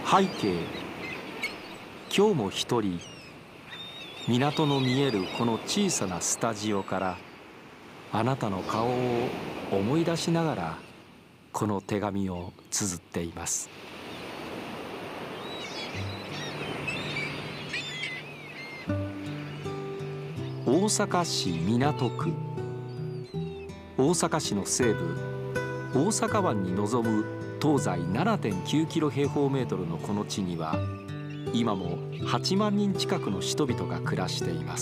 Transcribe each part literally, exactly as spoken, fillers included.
背景、今日も一人港の見えるこの小さなスタジオからあなたの顔を思い出しながらこの手紙を綴っています。大阪市港区。大阪市の西部、大阪湾に臨む東西 ななてんきゅうキロ平方メートルのこの地には今もはちまんにん近くの人々が暮らしています。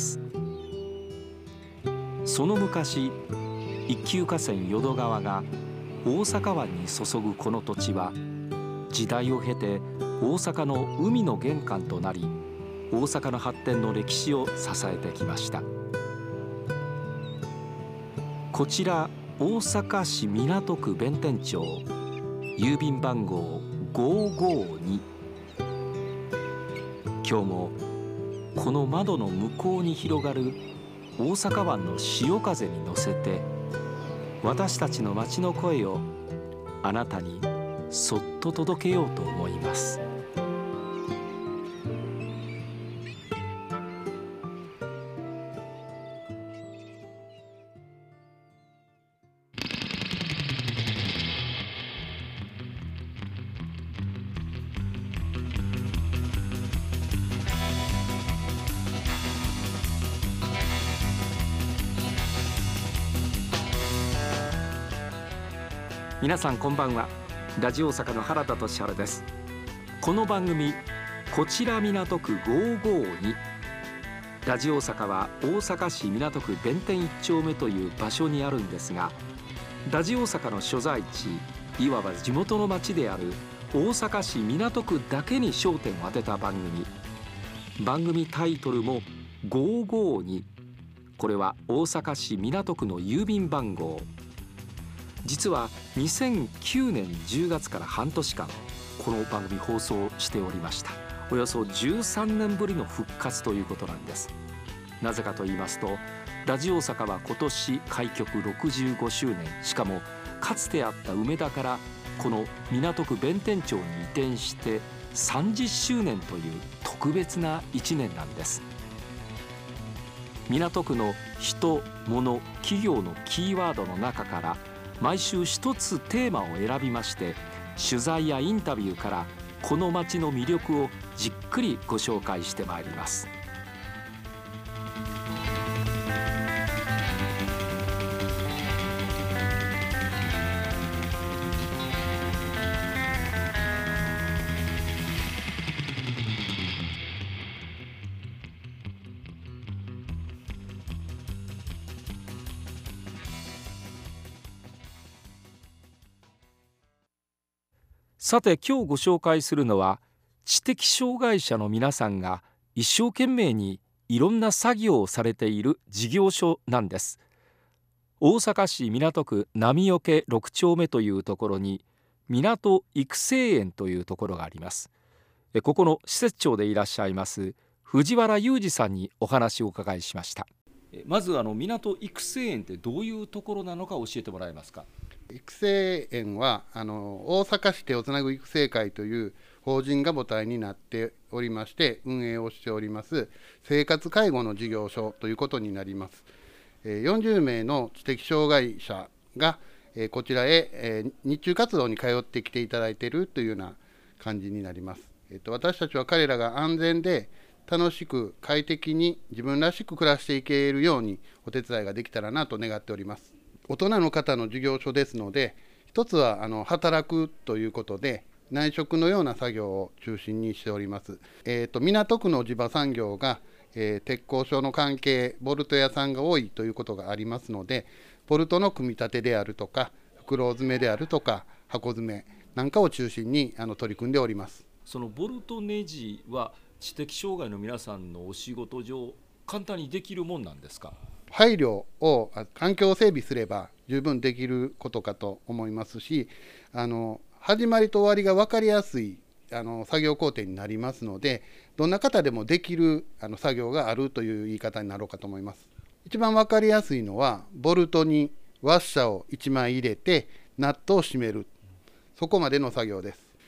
その昔、一級河川淀川が大阪湾に注ぐこの土地は時代を経て大阪の海の玄関となり、大阪の発展の歴史を支えてきました。こちら大阪市港区弁天町、郵便番号ごーごーに。今日もこの窓の向こうに広がる大阪湾の潮風に乗せて、私たちの街の声をあなたにそっと届けようと思います。皆さんこんばんは。ラジオ大阪の原田俊治です。この番組こちら港区ごーごーに。ラジオ大阪は大阪市港区弁天一丁目という場所にあるんですが、ラジオ大阪の所在地、いわば地元の町である大阪市港区だけに焦点を当てた番組。番組タイトルもごーごーに。これは大阪市港区の郵便番号。実はにせんきゅうねんじゅうがつから半年間この番組放送しておりました。およそじゅうさんねんぶりの復活ということなんです。なぜかと言いますと、ラジオ大阪は今年開局ろくじゅうごしゅうねん、しかもかつてあった梅田からこの港区弁天町に移転してさんじゅっしゅうねんという特別ないちねんなんです。港区の人、物、企業のキーワードの中から毎週一つテーマを選びまして、取材やインタビューからこの街の魅力をじっくりご紹介してまいります。さて今日ご紹介するのは、知的障害者の皆さんが一生懸命にいろんな作業をされている事業所なんです。大阪市港区浪桶ろく丁目というところに港育成園というところがあります。ここの施設長でいらっしゃいます藤原裕二さんにお話をお伺いしました。まずあの港育成園ってどういうところなのか教えてもらえますか。 育成園はあの大阪市手をつなぐ育成会という法人が母体になっておりまして運営をしております生活介護の事業所ということになります。よんじゅうめいの知的障害者がこちらへ日中活動に通ってきていただいているというような感じになります。私たちは彼らが安全で楽しく快適に自分らしく暮らしていけるようにお手伝いができたらなと願っております。大人の方の事業所ですので、一つはあの働くということで内職のような作業を中心にしております。えーと、港区の地場産業が、えー、鉄工所の関係ボルト屋さんが多いということがありますので、ボルトの組み立てであるとか袋詰めであるとか箱詰めなんかを中心にあの取り組んでおります。 そのボルトネジは知的障害の皆さんのお仕事上簡単にできるもんなんですか。 配慮を環境整備すれば十分できることかと思いますし、あの始まりと終わりが分かりやすいあの作業工程になりますので、どんな方でもできるあの作業があるという言い方になろうかと思います。一番分かりやすいのはボルトにワッシャーをいちまい入れてナットを締める、そこまでの作業です。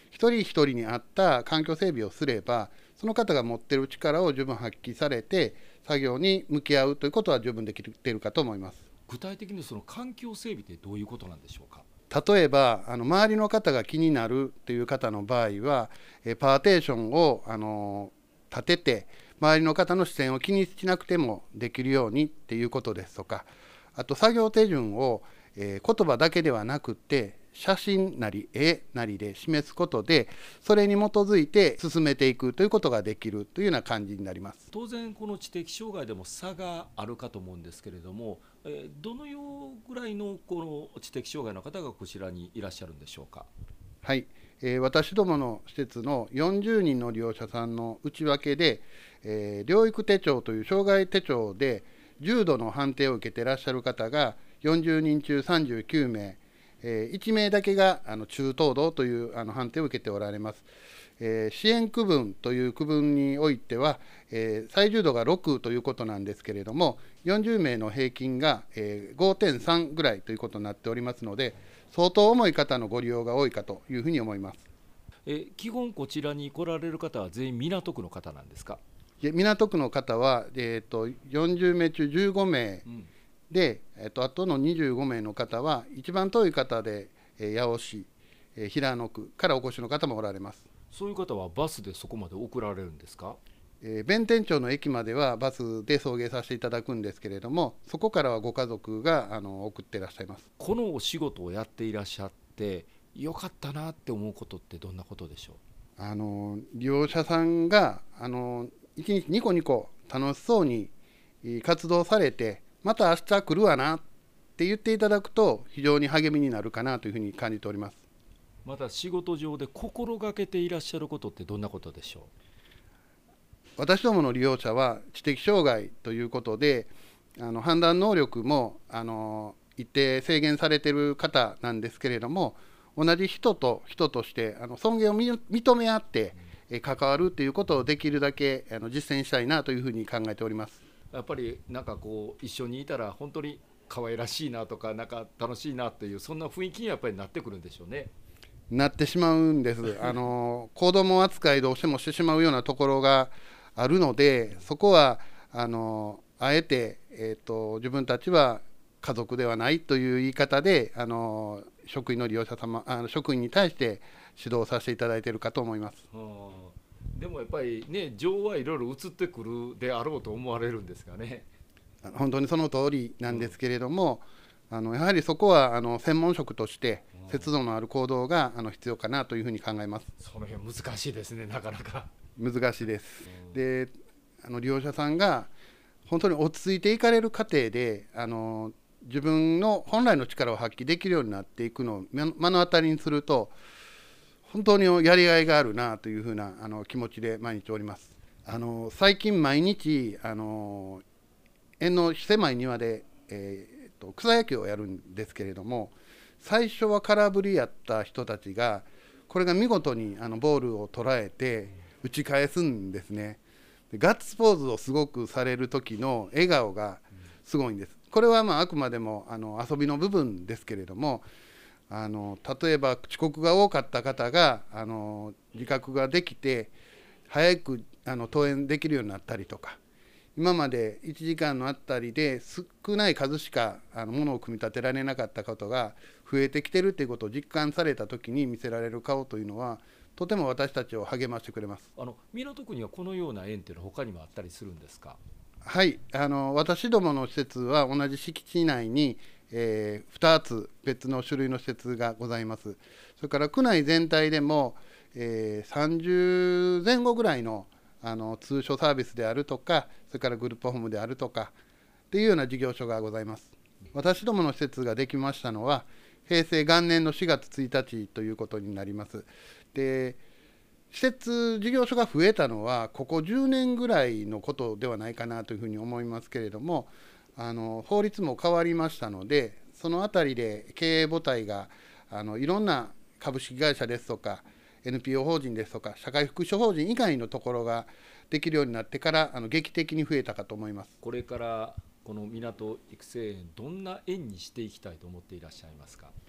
一人一人に合った環境整備をすれば、その方が持っている力を十分発揮されて作業に向き合うということは十分できているかと思います。 具体的にその環境整備ってどういうことなんでしょうか。 例えばあの周りの方が気になるという方の場合は、えパーテーションをあの立てて周りの方の視線を気にしなくてもできるようにっていうことですとか、あと作業手順を、えー、言葉だけではなくって写真なり絵なりで示すことで、それに基づいて進めていくということができるというような感じになります。 当然この知的障害でも差があるかと思うんですけれども、えー、どのようぐらいのこの知的障害の方がこちらにいらっしゃるんでしょうか。 はい、えー、私どもの施設のよんじゅうにんの利用者さんの内訳で、えー、療育手帳という障害手帳で重度の判定を受けていらっしゃる方がよんじゅうにん中さんじゅうきゅうめい、えー、いちめいだけがあの中等度というあの判定を受けておられます。えー、支援区分という区分においては、えー、最重度がろくということなんですけれども、よんじゅうめいの平均が、えー、ごてんさん ぐらいということになっておりますので、相当重い方のご利用が多いかというふうに思います。 えー、基本こちらに来られる方は全員港区の方なんですか。 港区の方は、えー、とよんじゅうめい中じゅうごめいで、うん、えー、とあとのにじゅうごめいの方は一番遠い方で、えー、八尾市、えー、平野区からお越しの方もおられます。 そういう方はバスでそこまで送られるんですか。 えー、弁天町の駅まではバスで送迎させていただくんですけれども、そこからはご家族があの送っていらっしゃいます。 このお仕事をやっていらっしゃってよかったなって思うことってどんなことでしょう。 あの利用者さんがあのいちにちニコニコ楽しそうに活動されて、また明日来るわなって言っていただくと非常に励みになるかなというふうに感じております。 また仕事上で心がけていらっしゃることってどんなことでしょう。 私どもの利用者は知的障害ということで、あの判断能力もあの一定制限されている方なんですけれども、同じ人と人としてあの尊厳を認め合って関わるということをできるだけあの実践したいなというふうに考えております。 やっぱりなんかこう一緒にいたら本当に可愛らしいなとか、なんか楽しいなという、そんな雰囲気にやっぱりなってくるんでしょうね。 なってしまうんです。あの子ども扱いどうしてもしてしまうようなところがあるので、そこはあのあえて、えーと、自分たちは家族ではないという言い方であの職員の利用者様あの職員に対して指導させていただいているかと思います。 はあ、でもやっぱりね、情はいろいろ移ってくるであろうと思われるんですがね。 本当にその通りなんですけれども、うん、あのやはりそこはあの専門職として節度のある行動があの必要かなというふうに考えます。 その辺難しいですね、なかなか難しいです。うん、であの利用者さんが本当に落ち着いていかれる過程であの自分の本来の力を発揮できるようになっていくのを目の当たりにすると、本当にやりがいがあるなというふうなあの気持ちで毎日おります。あの最近毎日あの園の狭い庭で、えー、と草野球をやるんですけれども、最初は空振りやった人たちがこれが見事にあのボールを捉えて打ち返すんですね。でガッツポーズをすごくされる時の笑顔がすごいんです。これはまああくまでもあの遊びの部分ですけれども、あの例えば遅刻が多かった方があの自覚ができて早くあの登園できるようになったりとか、今までいちじかんのあたりで少ない数しかあのものを組み立てられなかったことが増えてきてるということを実感されたときに見せられる顔というのはとても私たちを励ましてくれます。 あの港区にはこのような園というのは他にもあったりするんですか。 はい、あの私どもの施設は同じ敷地内に、えー、ふたつ別の種類の施設がございます。それから区内全体でも、えー、さんじゅうぜん後ぐらいのあの通所サービスであるとか、それからグループホームであるとかっていうような事業所がございます。私どもの施設ができましたのは平成元年のしがつついたちということになります。で施設事業所が増えたのはここじゅうねんぐらいのことではないかなというふうに思いますけれども、あの法律も変わりましたので、そのあたりで経営母体があのいろんな株式会社ですとか エヌピーオー 法人ですとか社会福祉法人以外のところができるようになってからあの劇的に増えたかと思います。 これからこの港育成園、どんな園にしていきたいと思っていらっしゃいますか。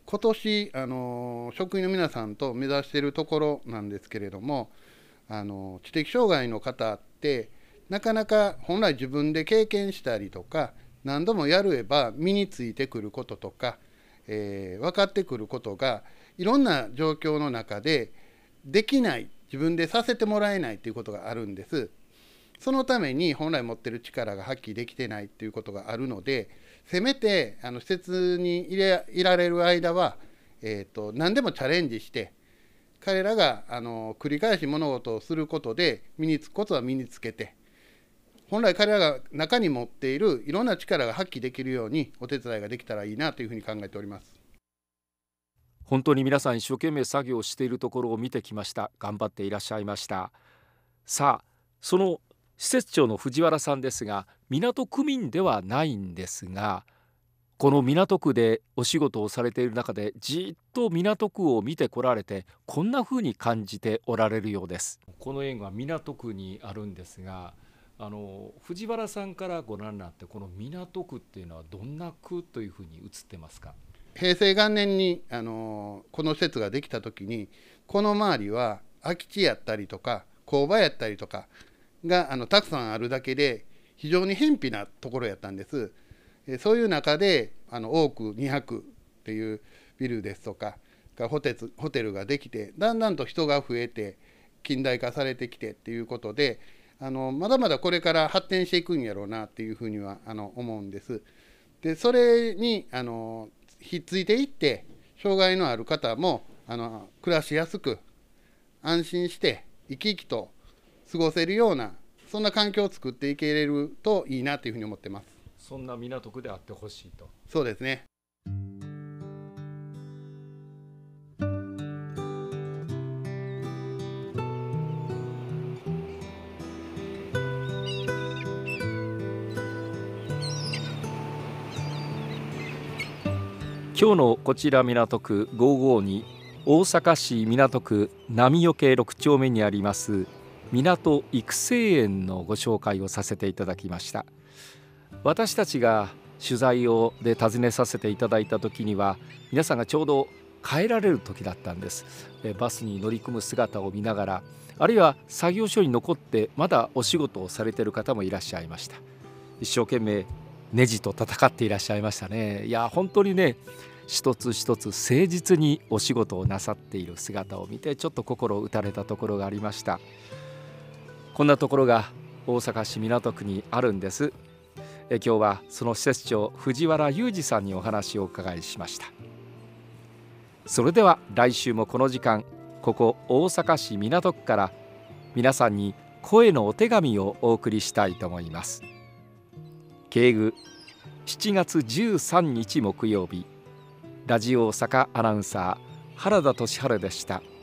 今年あの職員の皆さんと目指しているところなんですけれども、あの知的障害の方ってなかなか本来自分で経験したりとか何度もやれば身についてくることとか、えー、分かってくることがいろんな状況の中でできない、自分でさせてもらえないということがあるんです。そのために本来持っている力が発揮できてないということがあるので、せめてあの施設にいれいられる間は、えーと、何でもチャレンジして彼らがあの繰り返し物事をすることで身につくことは身につけて、本来彼らが中に持っているいろんな力が発揮できるようにお手伝いができたらいいなというふうに考えております。 本当に皆さん一生懸命作業しているところを見てきました。頑張っていらっしゃいました。さあ、その施設長の藤原さんですが、港区民ではないんですが、この港区でお仕事をされている中でじっと港区を見てこられて、こんな風に感じておられるようです。この園は港区にあるんですが、あの藤原さんからご覧になってこの港区っていうのはどんな区というふうに映ってますか？ 平成元年にあのこの施設ができた時に、この周りは空き地やったりとか工場やったりとかがあのたくさんあるだけで非常に偏僻なところやったんです。そういう中であの多くにひゃくっていうビルですとかホテル、ホテルができて、だんだんと人が増えて近代化されてきてっていうことで、あのまだまだこれから発展していくんやろうなっていうふうにはあの思うんです。でそれにあのひっついていって、障害のある方もあの暮らしやすく安心して生き生きと過ごせるような、そんな環境を作っていけれるといいなというふうに思ってます。 そんな港区であってほしいと。 そうですね。 今日のこちら港区ごーごーに、大阪市港区浪よけろく丁目にあります港育成園のご紹介をさせていただきました。私たちが取材をで訪ねさせていただいた時には、皆さんがちょうど帰られる時だったんです。バスに乗り込む姿を見ながら、あるいは作業所に残ってまだお仕事をされている方もいらっしゃいました。一生懸命ネジと戦っていらっしゃいましたね。いや本当にね、一つ一つ誠実にお仕事をなさっている姿を見て、ちょっと心打たれたところがありました。こんなところが大阪市港区にあるんです。え今日はその施設長藤原裕二さんにお話をお伺いしました。それでは来週もこの時間、ここ大阪市港区から皆さんに声のお手紙をお送りしたいと思います。敬具しちがつじゅうさんにち木曜日、ラジオ大阪アナウンサー原田俊治でした。